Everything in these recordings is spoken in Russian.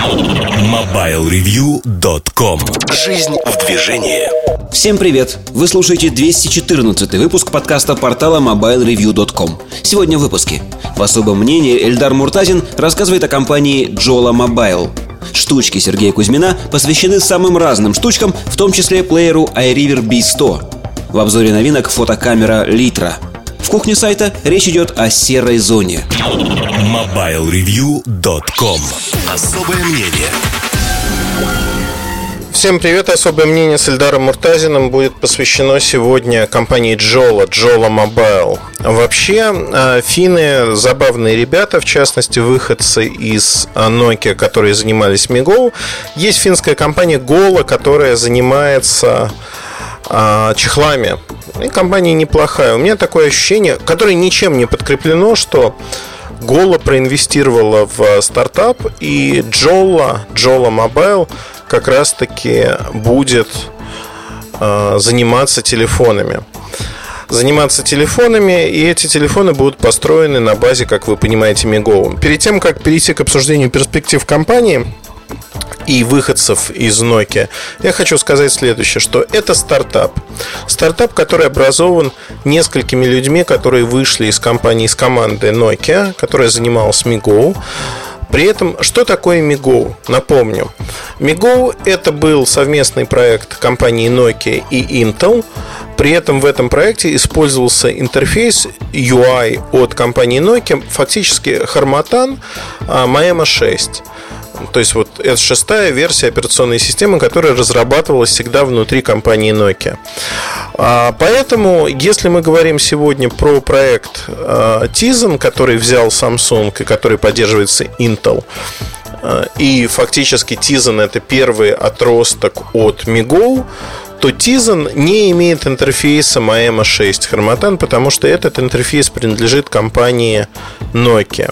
MobileReview.com. Жизнь в движении. Всем привет! Вы слушаете 214 выпуск подкаста портала MobileReview.com. Сегодня в выпуске. В особом мнении Эльдар Муртазин рассказывает о компании Jolla Mobile. Штучки Сергея Кузьмина посвящены самым разным штучкам, в том числе плееру iRiver B100. В обзоре новинок фотокамера Litra. В кухне сайта речь идет о серой зоне. MobileReview.com. Особое мнение. Всем привет! Особое мнение с Эльдаром Муртазиным будет посвящено сегодня компании Jolla Mobile. Вообще, финны забавные ребята, в частности, выходцы из Nokia, которые занимались MeGo. Есть финская компания Golla, которая занимается чехлами. И компания неплохая. У меня такое ощущение, которое ничем не подкреплено, что Golla проинвестировала в стартап, и Jolla Mobile как раз-таки будет заниматься телефонами. И эти телефоны будут построены на базе, как вы понимаете, MeGo. Перед тем, как перейти к обсуждению перспектив компании и выходцев из Nokia, я хочу сказать следующее, что это стартап, который образован несколькими людьми, которые вышли из команды Nokia, которая занималась MeGo. При этом, что такое MeGo? Напомню, MeGo – это был совместный проект компании Nokia и Intel. При этом в этом проекте использовался интерфейс UI от компании Nokia, фактически Harmattan Maema 6. То есть вот это шестая версия операционной системы, которая разрабатывалась всегда внутри компании Nokia. Поэтому, если мы говорим сегодня про проект Tizen, который взял Samsung и который поддерживается Intel, и фактически Tizen — это первый отросток от MeGo, то Tizen не имеет интерфейса Maema 6 Harmattan, потому что этот интерфейс принадлежит компании Nokia.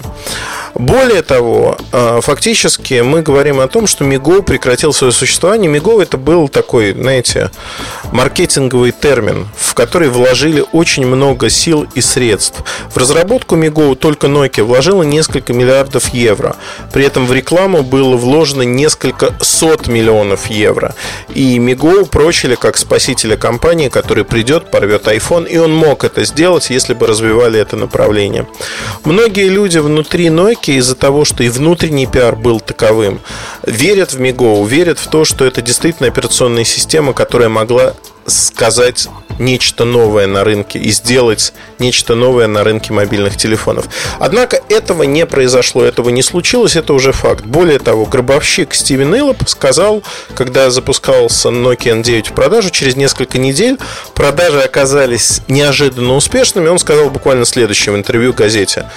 Более того, фактически мы говорим о том, что MeGo прекратил свое существование. MeGo — это был такой, знаете, маркетинговый термин, в который вложили очень много сил и средств. В разработку MeGo только Nokia вложила несколько миллиардов евро. При этом в рекламу было вложено несколько сот миллионов евро. И MeGo прочили как спасителя компании, который придет, порвет iPhone. И он мог это сделать, если бы развивали это направление. Многие люди внутри Nokia, из-за того, что и внутренний пиар был таковым, верят в MeGo, верят в то, что это действительно операционная система, которая могла сказать нечто новое на рынке и сделать нечто новое на рынке мобильных телефонов. Однако этого не произошло, этого не случилось, это уже факт. Более того, гробовщик Стивен Иллоп сказал, когда запускался Nokia N9 в продажу, через несколько недель продажи оказались неожиданно успешными. Он сказал буквально следующее в интервью газете: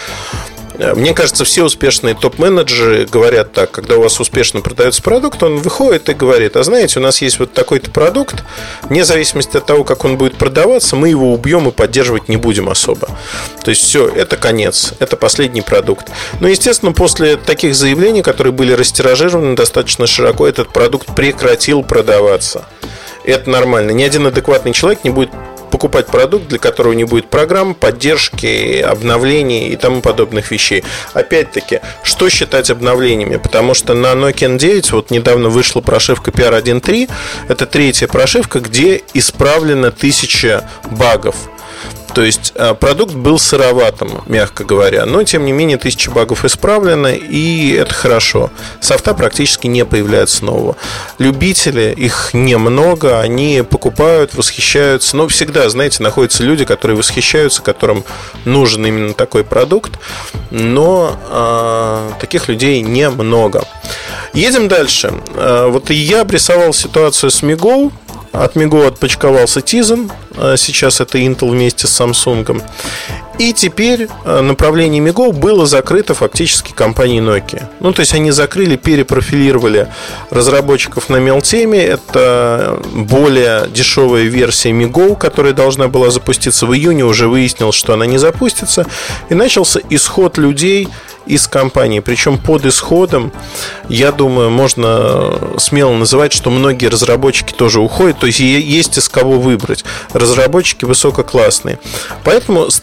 мне кажется, все успешные топ-менеджеры говорят так: когда у вас успешно продается продукт, он выходит и говорит: а знаете, у нас есть вот такой-то продукт, вне зависимости от того, как он будет продаваться, мы его убьем и поддерживать не будем особо. То есть все, это конец, это последний продукт. Но, естественно, после таких заявлений, которые были растиражированы достаточно широко, этот продукт прекратил продаваться. Это нормально. Ни один адекватный человек не будет покупать продукт, для которого не будет программ, поддержки, обновлений и тому подобных вещей. Опять-таки, что считать обновлениями? Потому что на Nokia N9 вот недавно вышла прошивка PR1.3. Это третья прошивка, где исправлено 1000 багов. То есть продукт был сыроватым, мягко говоря. Но, тем не менее, 1000 багов исправлено, и это хорошо. Софта практически не появляется нового. Любители, их немного, они покупают, восхищаются. Но всегда, знаете, находятся люди, которые восхищаются, которым нужен именно такой продукт. Но таких людей немного. Едем дальше. Вот я обрисовал ситуацию с MeGo. От MeGo отпочковался Tizen. Сейчас это Intel вместе с Samsung. И теперь направление MeGo было закрыто фактически компанией Nokia. Ну, то есть они закрыли, перепрофилировали разработчиков на Meltemi. Это более дешевая версия MeGo, которая должна была запуститься в июне. Уже выяснилось, что она не запустится. И начался исход людей из компании. Причем под исходом, я думаю, можно смело называть, что многие разработчики тоже уходят. То есть есть из кого выбрать. Разработчики высококлассные. Поэтому стартап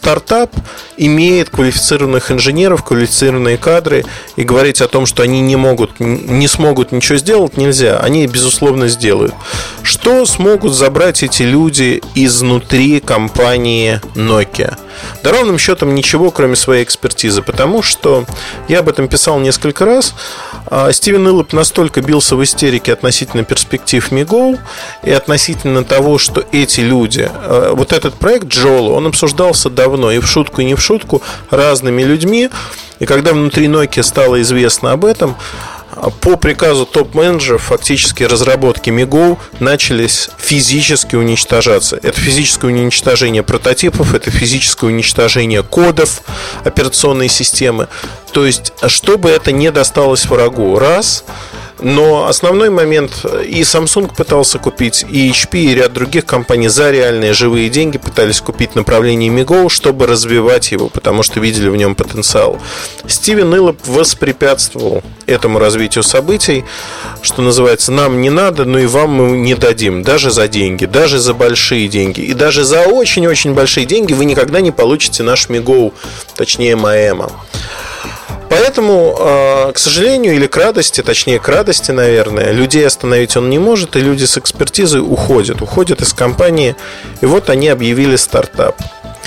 стартап имеет квалифицированных инженеров, квалифицированные кадры, и говорить о том, что они не смогут ничего сделать, нельзя. Они, безусловно, сделают. Что смогут забрать эти люди изнутри компании Nokia? Да ровным счетом ничего, кроме своей экспертизы, потому что я об этом писал несколько раз. Стивен Иллоп настолько бился в истерике относительно перспектив Mi Go и относительно того, что эти люди, вот этот проект Jolla, он обсуждался давно, и в шутку, и не в шутку, разными людьми. И когда внутри Nokia стало известно об этом, по приказу топ-менеджеров фактически разработки Mi Go начались физически уничтожаться. Это физическое уничтожение прототипов, это физическое уничтожение кодов операционной системы. То есть, чтобы это не досталось врагу, раз. Но основной момент, и Samsung пытался купить, и HP, и ряд других компаний за реальные живые деньги пытались купить направление Mi Go, чтобы развивать его, потому что видели в нем потенциал. Стивен Иллоп воспрепятствовал этому развитию событий, что называется, нам не надо, но и вам мы не дадим, даже за деньги, даже за большие деньги. И даже за очень-очень большие деньги вы никогда не получите наш Mi Go, точнее Maema. Поэтому, к сожалению, или к радости, точнее к радости, наверное, людей остановить он не может, и люди с экспертизой уходят из компании. И вот они объявили стартап.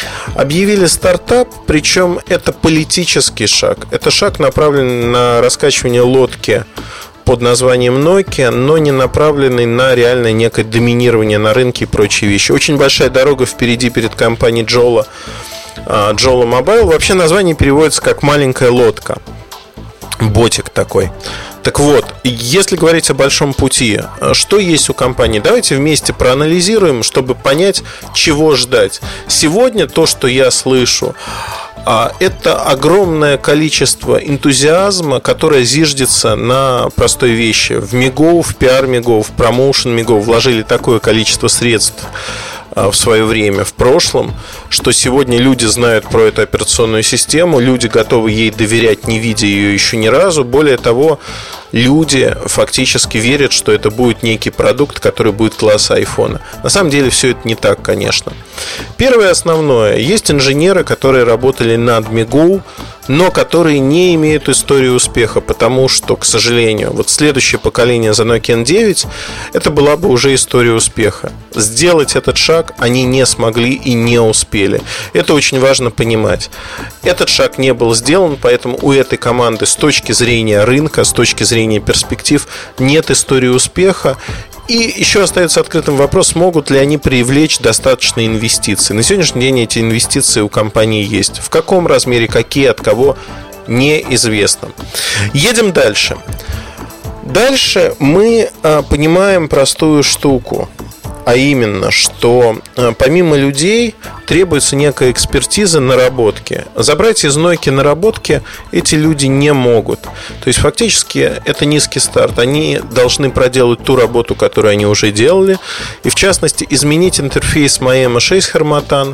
Причем это политический шаг. Это шаг, направленный на раскачивание лодки под названием Nokia, но не направленный на реальное некое доминирование на рынке и прочие вещи. Очень большая дорога впереди перед компанией Jolla Mobile. Вообще название переводится как «маленькая лодка». Ботик такой. Так вот, если говорить о большом пути, что есть у компании? Давайте вместе проанализируем, чтобы понять, чего ждать. Сегодня то, что я слышу, это огромное количество энтузиазма, которое зиждется на простой вещи. В Mi Go, в PR Mi Go, в Promotion Mi Go вложили такое количество средств в свое время, в прошлом, что сегодня люди знают про эту операционную систему, люди готовы ей доверять, не видя ее еще ни разу. Более того, люди фактически верят, что это будет некий продукт, который будет класса айфона. На самом деле все это не так, конечно. Первое основное. Есть инженеры, которые работали над Mi Go, но которые не имеют истории успеха, потому что, к сожалению, вот следующее поколение за Nokia N9 это была бы уже история успеха. Сделать этот шаг они не смогли и не успели. Это очень важно понимать. Этот шаг не был сделан, поэтому у этой команды с точки зрения рынка, с точки зрения перспектив нет истории успеха. И еще остается открытым вопрос, смогут ли они привлечь достаточно инвестиций. На сегодняшний день эти инвестиции у компании есть. В каком размере, какие, от кого, неизвестно. Едем дальше. Дальше мы понимаем простую штуку. А именно, что помимо людей требуется некая экспертиза, наработки. Забрать из Nokia наработки эти люди не могут. То есть фактически это низкий старт. Они должны проделать ту работу, которую они уже делали. И в частности изменить интерфейс Maema 6 Harmattan.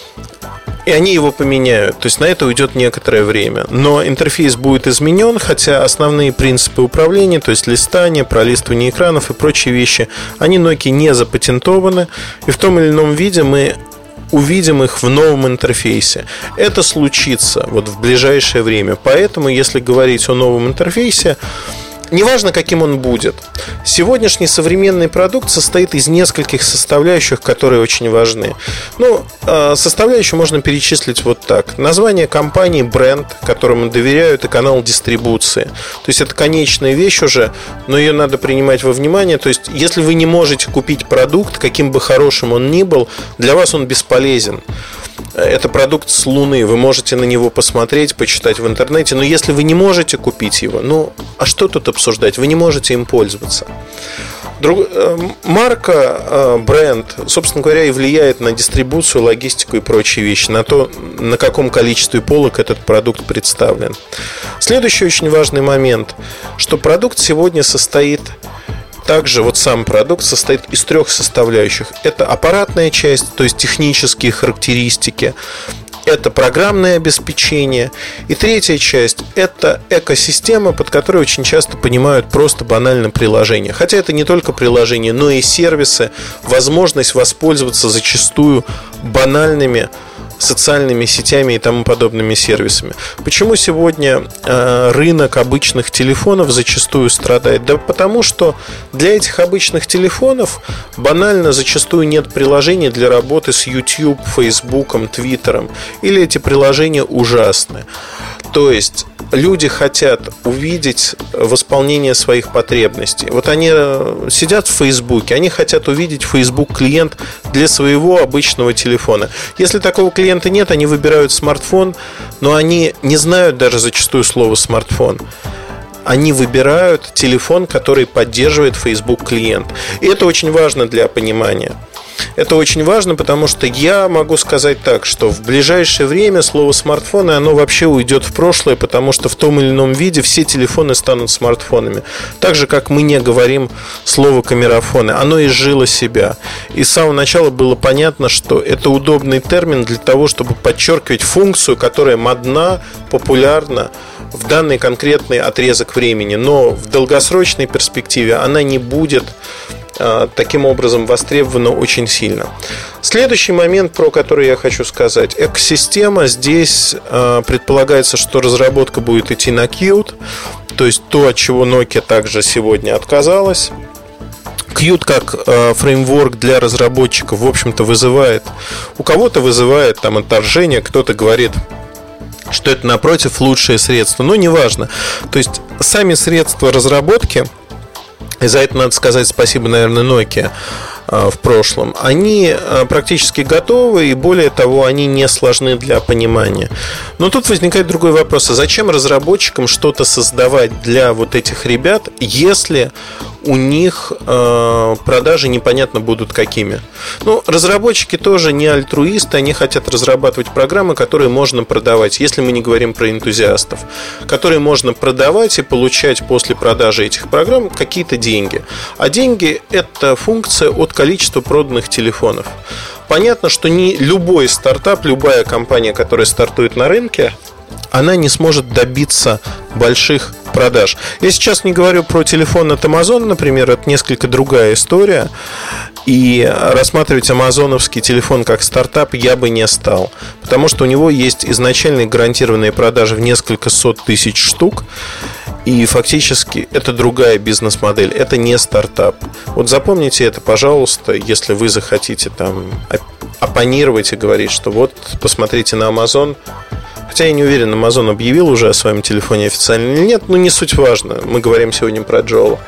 И они его поменяют. То есть на это уйдет некоторое время. Но интерфейс будет изменен, хотя основные принципы управления, то есть листание, пролистывание экранов и прочие вещи, они Nokia не запатентованы. И в том или ином виде мы увидим их в новом интерфейсе. Это случится вот в ближайшее время. Поэтому, если говорить о новом интерфейсе, неважно, каким он будет, сегодняшний современный продукт состоит из нескольких составляющих, которые очень важны. Составляющие можно перечислить вот так. Название компании, бренд, которому доверяют, и канал дистрибуции. То есть это конечная вещь уже, но ее надо принимать во внимание. То есть если вы не можете купить продукт, каким бы хорошим он ни был, для вас он бесполезен. Это продукт с Луны, вы можете на него посмотреть, почитать в интернете. Но если вы не можете купить его, а что тут обсуждать? Вы не можете им пользоваться. Марка, бренд, собственно говоря, и влияет на дистрибуцию, логистику и прочие вещи, на то, на каком количестве полок этот продукт представлен. Следующий очень важный момент, что продукт сегодня состоит... Также вот сам продукт состоит из 3 составляющих. Это аппаратная часть, то есть технические характеристики. Это программное обеспечение. И третья часть – это экосистема, под которой очень часто понимают просто банально приложение. Хотя это не только приложение, но и сервисы, возможность воспользоваться зачастую банальными социальными сетями и тому подобными сервисами. Почему сегодня рынок обычных телефонов зачастую страдает? Да потому что для этих обычных телефонов банально зачастую нет приложений для работы с YouTube, Facebook, Twitter, или эти приложения ужасны. То есть люди хотят увидеть восполнение своих потребностей. Вот они сидят в Фейсбуке, они хотят увидеть Facebook-клиент для своего обычного телефона. Если такого клиента нет, они выбирают смартфон, но они не знают даже зачастую слова «смартфон». Они выбирают телефон, который поддерживает Facebook-клиент. И это очень важно для понимания. Это очень важно, потому что я могу сказать так, что в ближайшее время слово «смартфоны» оно вообще уйдет в прошлое, потому что в том или ином виде все телефоны станут смартфонами. Так же, как мы не говорим слово «камерафоны», оно изжило себя. И с самого начала было понятно, что это удобный термин для того, чтобы подчеркивать функцию, которая модна, популярна в данный конкретный отрезок времени, но в долгосрочной перспективе она не будет таким образом востребована очень сильно. Следующий момент, про который я хочу сказать. Экосистема. Здесь предполагается, что разработка будет идти на Qt, то есть то, от чего Nokia также сегодня отказалась. Qt как фреймворк для разработчиков, в общем-то, вызывает, у кого-то вызывает там отторжение, кто-то говорит, что это, напротив, лучшее средство. Но неважно. То есть сами средства разработки, и за это надо сказать спасибо, наверное, Nokia в прошлом, они практически готовы, и более того, они не сложны для понимания. Но тут возникает другой вопрос: а зачем разработчикам что-то создавать для вот этих ребят, если у них продажи непонятно будут какими? Ну, разработчики тоже не альтруисты, они хотят разрабатывать программы, которые можно продавать, если мы не говорим про энтузиастов, которые можно продавать и получать после продажи этих программ какие-то деньги. А деньги – это функция от количества проданных телефонов. Понятно, что не любой стартап, любая компания, которая стартует на рынке, она не сможет добиться больших продаж. Я сейчас не говорю про телефон от Amazon, например, это несколько другая история. И рассматривать амазоновский телефон как стартап я бы не стал, потому что у него есть изначальные гарантированные продажи в несколько сот тысяч штук. И фактически это другая бизнес-модель, это не стартап. Вот запомните это, пожалуйста, если вы захотите там оппонировать и говорить, что вот посмотрите на Amazon. Хотя я не уверен, Amazon объявил уже о своем телефоне официально или нет, но не суть важно. Мы говорим сегодня про Джола.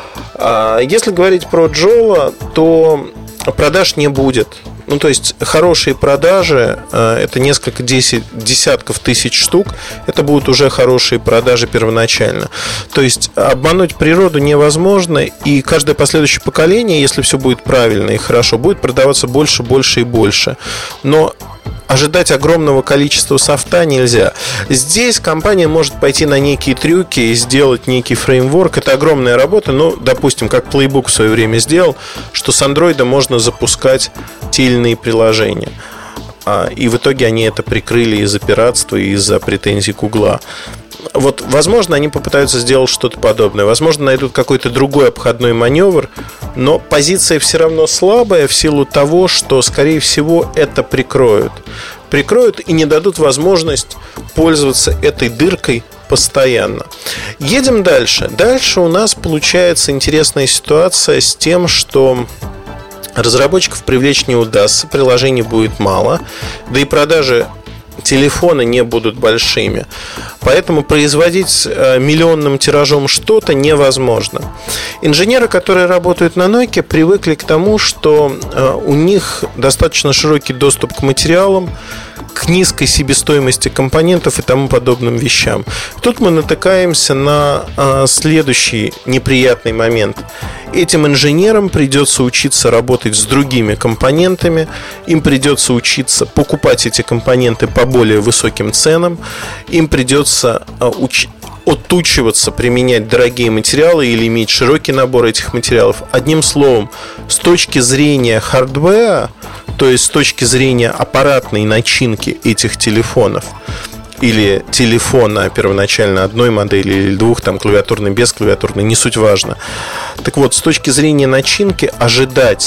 Если говорить про Джола, то продаж не будет. Ну, то есть хорошие продажи, это несколько десятков тысяч штук, это будут уже хорошие продажи первоначально. То есть обмануть природу невозможно, и каждое последующее поколение, если все будет правильно и хорошо, будет продаваться больше, больше и больше. Но ожидать огромного количества софта нельзя. Здесь компания может пойти на некие трюки и сделать некий фреймворк. Это огромная работа. Ну, допустим, как Playbook в свое время сделал, что с Android можно запускать те или иные приложения. И в итоге они это прикрыли из-за пиратства и из-за претензий Гугла. Вот, возможно, они попытаются сделать что-то подобное. Возможно, найдут какой-то другой обходной маневр. Но позиция все равно слабая в силу того, что, скорее всего, это прикроют. Прикроют и не дадут возможность пользоваться этой дыркой постоянно. Едем дальше. Дальше у нас получается интересная ситуация с тем, что разработчиков привлечь не удастся, приложений будет мало, да и продажи телефона не будут большими. Поэтому производить миллионным тиражом что-то невозможно. Инженеры, которые работают на Nokia, привыкли к тому, что у них достаточно широкий доступ к материалам, к низкой себестоимости компонентов и тому подобным вещам. Тут мы натыкаемся на следующий неприятный момент. Этим инженерам придется учиться работать с другими компонентами, им придется учиться покупать эти компоненты по более высоким ценам, им придется отучиваться применять дорогие материалы или иметь широкий набор этих материалов. Одним словом, с точки зрения хардвера, то есть с точки зрения аппаратной начинки этих телефонов или телефона первоначально одной модели или двух, там клавиатурный, без клавиатурной, не суть важно. Так вот, с точки зрения начинки ожидать,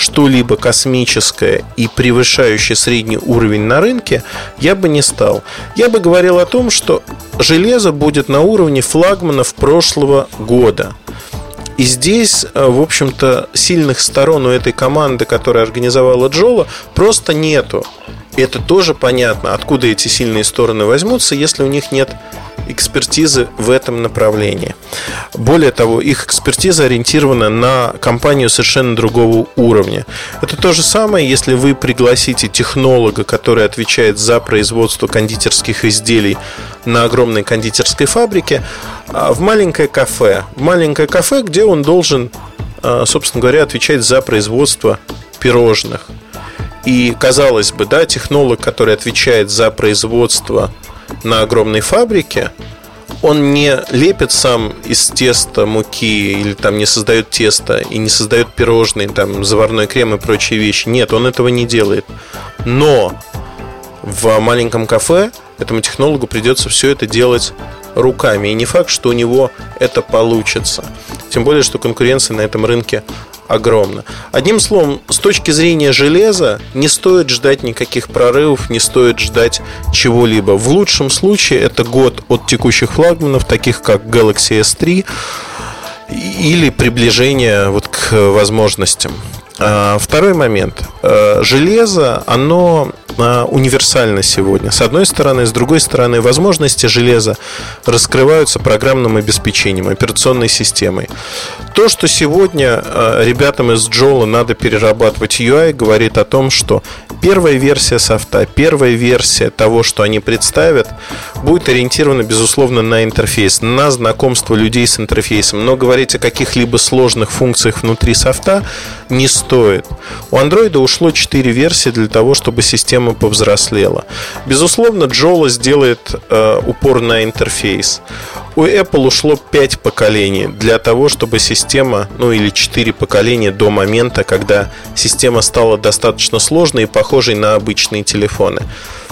что-либо космическое и превышающее средний уровень на рынке, я бы не стал. Я бы говорил о том, что железо будет на уровне флагманов прошлого года. И здесь, в общем-то, сильных сторон у этой команды, которая организовала Джола, просто нету. Это тоже понятно, откуда эти сильные стороны возьмутся, если у них нет экспертизы в этом направлении. Более того, их экспертиза ориентирована на компанию совершенно другого уровня. Это то же самое, если вы пригласите технолога, который отвечает за производство кондитерских изделий на огромной кондитерской фабрике, в маленькое кафе. В маленькое кафе, где он должен, собственно говоря, отвечать за производство пирожных. И, казалось бы, да, технолог, который отвечает за производство на огромной фабрике, он не лепит сам из теста муки или там не создает тесто и не создает пирожные, там, заварной крем и прочие вещи. Нет, он этого не делает. Но в маленьком кафе этому технологу придется все это делать руками. И не факт, что у него это получится. Тем более, что конкуренция на этом рынке огромно. Одним словом, с точки зрения железа не стоит ждать никаких прорывов, не стоит ждать чего-либо. В лучшем случае это год от текущих флагманов, таких как Galaxy S3, или приближение вот к возможностям. Второй момент. Железо, оно универсально сегодня. С одной стороны, с другой стороны, возможности железа раскрываются программным обеспечением, операционной системой. То, что сегодня ребятам из Джола надо перерабатывать UI, говорит о том, что первая версия софта, первая версия того, что они представят, будет ориентирована, безусловно, на интерфейс, на знакомство людей с интерфейсом. Но говорить о каких-либо сложных функциях внутри софта не стоит. У Android ушло 4 версии для того, чтобы система повзрослела. Безусловно, Джола сделает упор на интерфейс. У Apple ушло 5 поколений для того, чтобы система, или 4 поколения до момента, когда система стала достаточно сложной и похожей на обычные телефоны.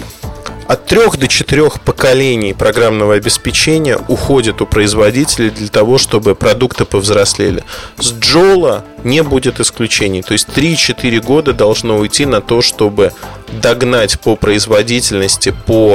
От 3 до 4 поколений программного обеспечения уходит у производителей для того, чтобы продукты повзрослели. С Джола не будет исключений. То есть 3-4 года должно уйти на то, чтобы догнать по производительности.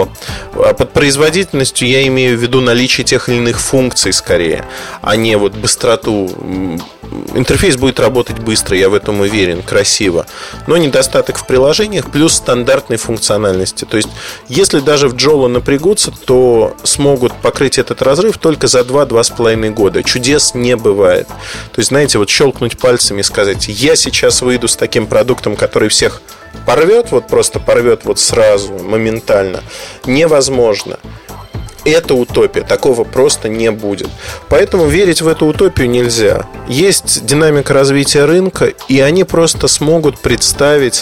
Под производительностью я имею в виду наличие тех или иных функций скорее, а не вот быстроту. Интерфейс будет работать быстро, я в этом уверен, красиво. Но недостаток в приложениях плюс стандартной функциональности. То есть, если даже в Джола напрягутся, то смогут покрыть этот разрыв только за 2-2,5 года. Чудес не бывает. То есть, знаете, вот щелкнуть пальцами и сказать: я сейчас выйду с таким продуктом, который всех порвет, вот просто порвет вот сразу, моментально, невозможно. Это утопия, такого просто не будет. Поэтому верить в эту утопию нельзя. Есть динамика развития рынка, и они просто смогут представить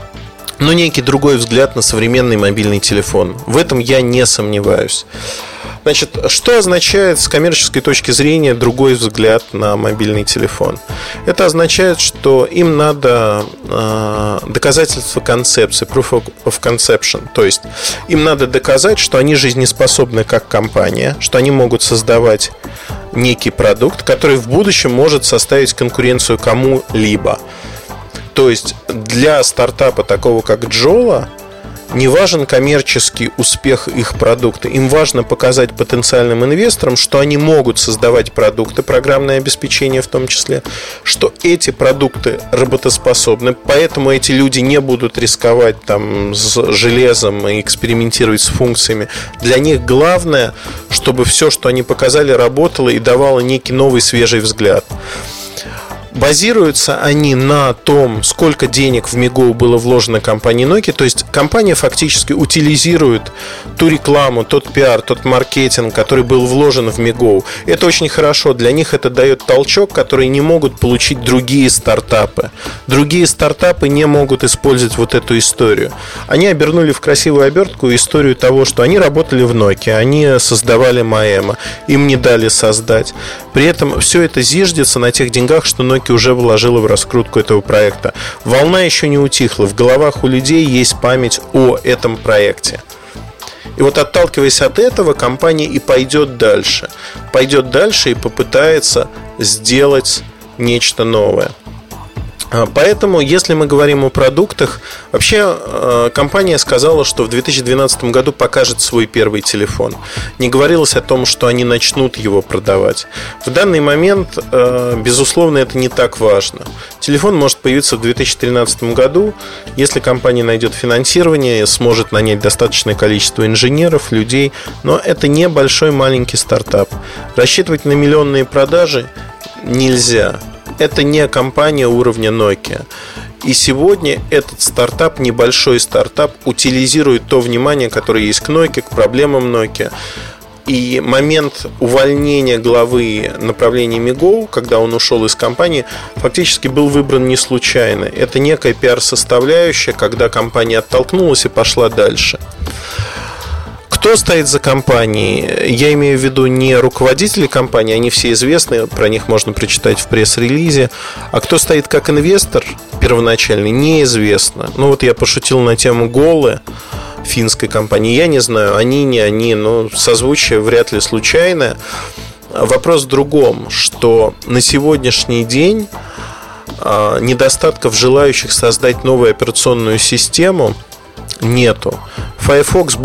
некий другой взгляд на современный мобильный телефон. В этом я не сомневаюсь. Значит, что означает с коммерческой точки зрения другой взгляд на мобильный телефон? Это означает, что им надо доказательство концепции, proof of conception. То есть им надо доказать, что они жизнеспособны как компания, что они могут создавать некий продукт, который в будущем может составить конкуренцию кому-либо. То есть для стартапа такого как Джола не важен коммерческий успех их продукта. Им важно показать потенциальным инвесторам, что они могут создавать продукты, программное обеспечение в том числе, что эти продукты работоспособны, поэтому эти люди не будут рисковать там с железом и экспериментировать с функциями. Для них главное, чтобы все, что они показали, работало и давало некий новый свежий взгляд. Базируются они на том, сколько денег в Мигоу было вложено компанией Nokia. То есть компания фактически утилизирует ту рекламу, тот пиар, тот маркетинг, который был вложен в Мигоу. Это очень хорошо. Для них это дает толчок, который не могут получить другие стартапы. Другие стартапы не могут использовать вот эту историю. Они обернули в красивую обертку историю того, что они работали в Nokia, они создавали Маэма, им не дали создать. При этом все это зиждется на тех деньгах, что Nokia уже вложила в раскрутку этого проекта. Волна еще не утихла. В головах у людей есть память о этом проекте. И вот, отталкиваясь от этого, компания и пойдет дальше. Пойдет дальше и попытается сделать нечто новое. Поэтому, если мы говорим о продуктах, вообще компания сказала, что в 2012 году покажет свой первый телефон. Не говорилось о том, что они начнут его продавать. В данный момент, безусловно, это не так важно. Телефон может появиться в 2013 году, если компания найдет финансирование, сможет нанять достаточное количество инженеров, людей. Но это не большой маленький стартап. Рассчитывать на миллионные продажи нельзя. Это не компания уровня Nokia. И сегодня этот стартап, небольшой стартап, утилизирует то внимание, которое есть к Nokia, к проблемам Nokia. И момент увольнения главы направления MeGo, когда он ушел из компании, фактически был выбран не случайно. Это некая пиар-составляющая, когда компания оттолкнулась и пошла дальше. Кто стоит за компанией? Я имею в виду не руководители компании, они все известны, про них можно прочитать в пресс-релизе. А кто стоит как инвестор первоначальный, неизвестно. Ну вот я пошутил на тему Голы, финской компании. Я не знаю, они, не они, но созвучие вряд ли случайное. Вопрос в другом, что на сегодняшний день недостатков желающих создать новую операционную систему нету. Firefox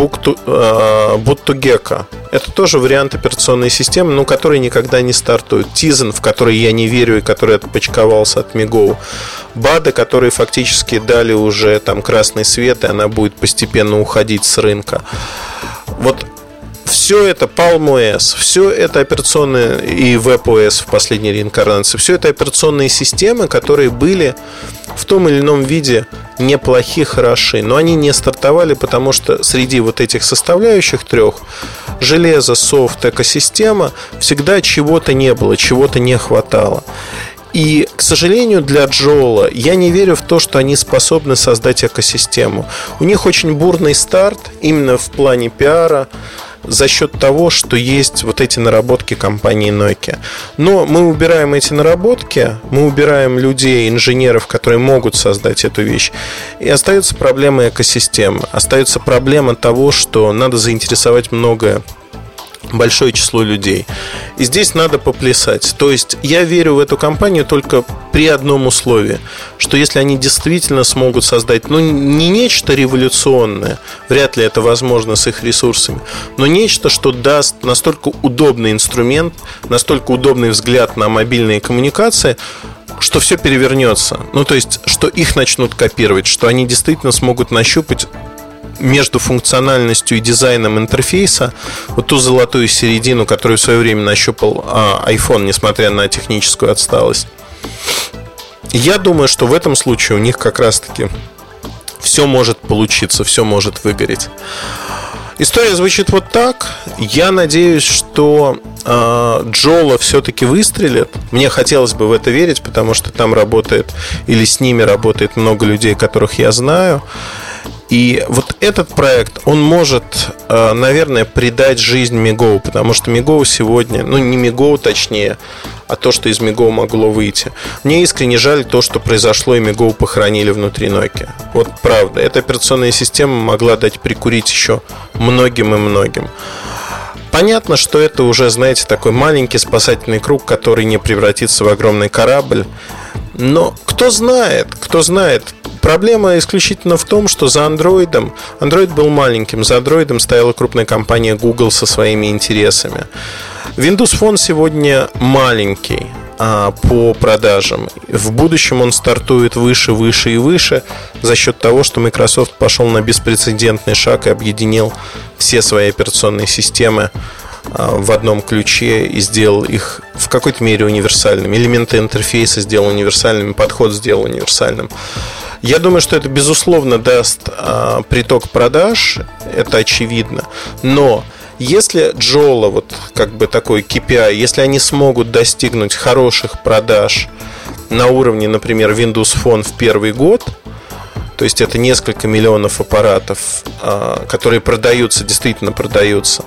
Boot2Gecko — это тоже вариант операционной системы, но который никогда не стартует. Tizen, в который я не верю и который отпочковался от MeGo. Bada, которые фактически дали уже там красный свет, и она будет постепенно уходить с рынка. Вот все это PalmOS, все это операционные и WebOS в последней реинкарнации, все это операционные системы, которые были в том или ином виде неплохи, хороши, но они не стартовали, потому что среди вот этих составляющих трех — железо, софт, экосистема — всегда чего-то не было, чего-то не хватало. И, к сожалению, для Джола я не верю в то, что они способны создать экосистему. У них очень бурный старт именно в плане пиара, за счет того, что есть вот эти наработки компании Nokia. Но мы убираем эти наработки, мы убираем людей, инженеров, которые могут создать эту вещь, и остается проблема экосистемы. Остается проблема того, что надо заинтересовать большое число людей. И здесь надо поплясать. То есть я верю в эту компанию только при одном условии, что если они действительно смогут создать, не нечто революционное, вряд ли это возможно с их ресурсами, но нечто, что даст настолько удобный инструмент, настолько удобный взгляд на мобильные коммуникации, что все перевернется. То есть, что их начнут копировать, что они действительно смогут нащупать между функциональностью и дизайном интерфейса вот ту золотую середину, которую в свое время нащупал iPhone, несмотря на техническую отсталость. Я думаю, что в этом случае у них как раз-таки все может получиться, все может выгореть. История звучит вот так. Я надеюсь, что Джола все-таки выстрелит. Мне хотелось бы в это верить, потому что там работает, или с ними работает много людей, которых я знаю. И вот этот проект, он может, наверное, придать жизнь MeGo, потому что MeGo сегодня, не MeGo точнее, а то, что из MeGo могло выйти. Мне искренне жаль то, что произошло, и MeGo похоронили внутри Nokia. Вот правда, эта операционная система могла дать прикурить еще многим и многим. Понятно, что это уже, знаете, такой маленький спасательный круг, который не превратится в огромный корабль. Но кто знает. Проблема исключительно в том, что за Android был маленьким. За Android стояла крупная компания Google со своими интересами. Windows Phone сегодня маленький по продажам. В будущем он стартует выше, выше и выше за счет того, что Microsoft пошел на беспрецедентный шаг и объединил все свои операционные системы в одном ключе и сделал их в какой-то мере универсальными. Элементы интерфейса сделал универсальными, подход сделал универсальным. Я думаю, что это, безусловно, даст приток продаж, это очевидно. Но если Джола, вот как бы такой KPI, если они смогут достигнуть хороших продаж на уровне, например, Windows Phone в первый год, то есть это несколько миллионов аппаратов, которые продаются, действительно продаются,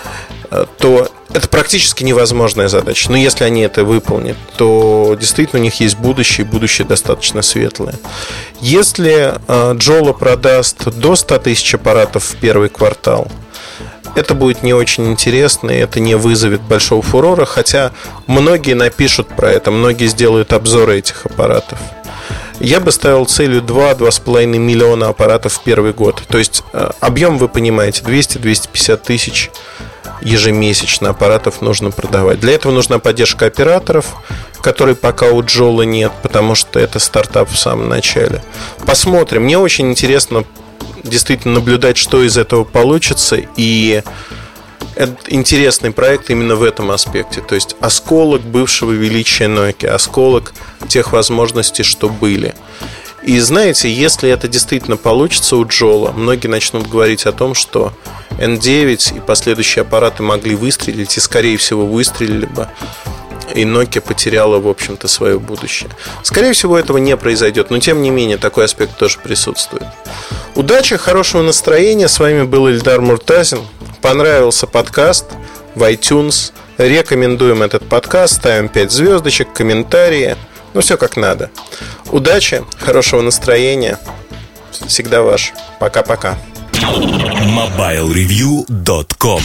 то это практически невозможная задача. Но если они это выполнят, то действительно у них есть будущее достаточно светлое. Если Джола продаст до 100 тысяч аппаратов в первый квартал, это будет не очень интересно, и это не вызовет большого фурора, хотя многие напишут про это, многие сделают обзоры этих аппаратов. Я бы ставил целью 2-2,5 миллиона аппаратов в первый год. То есть объем, вы понимаете, 200-250 тысяч ежемесячно аппаратов нужно продавать. Для этого нужна поддержка операторов, которой пока у Джола нет, потому что это стартап в самом начале. Посмотрим. Мне очень интересно действительно наблюдать, что из этого получится. И это интересный проект именно в этом аспекте. То есть осколок бывшего величия Nokia, осколок тех возможностей, что были. И знаете, если это действительно получится у Джола, многие начнут говорить о том, что N9 и последующие аппараты могли выстрелить, и скорее всего выстрелили бы, и Nokia потеряла, в общем-то, свое будущее. Скорее всего, этого не произойдет, но тем не менее такой аспект тоже присутствует. Удачи, хорошего настроения. С вами был Эльдар Муртазин. Понравился подкаст в iTunes. Рекомендуем этот подкаст, ставим 5 звездочек, комментарии. Ну, все как надо. Удачи, хорошего настроения. Всегда ваш. Пока-пока. MobileReview.com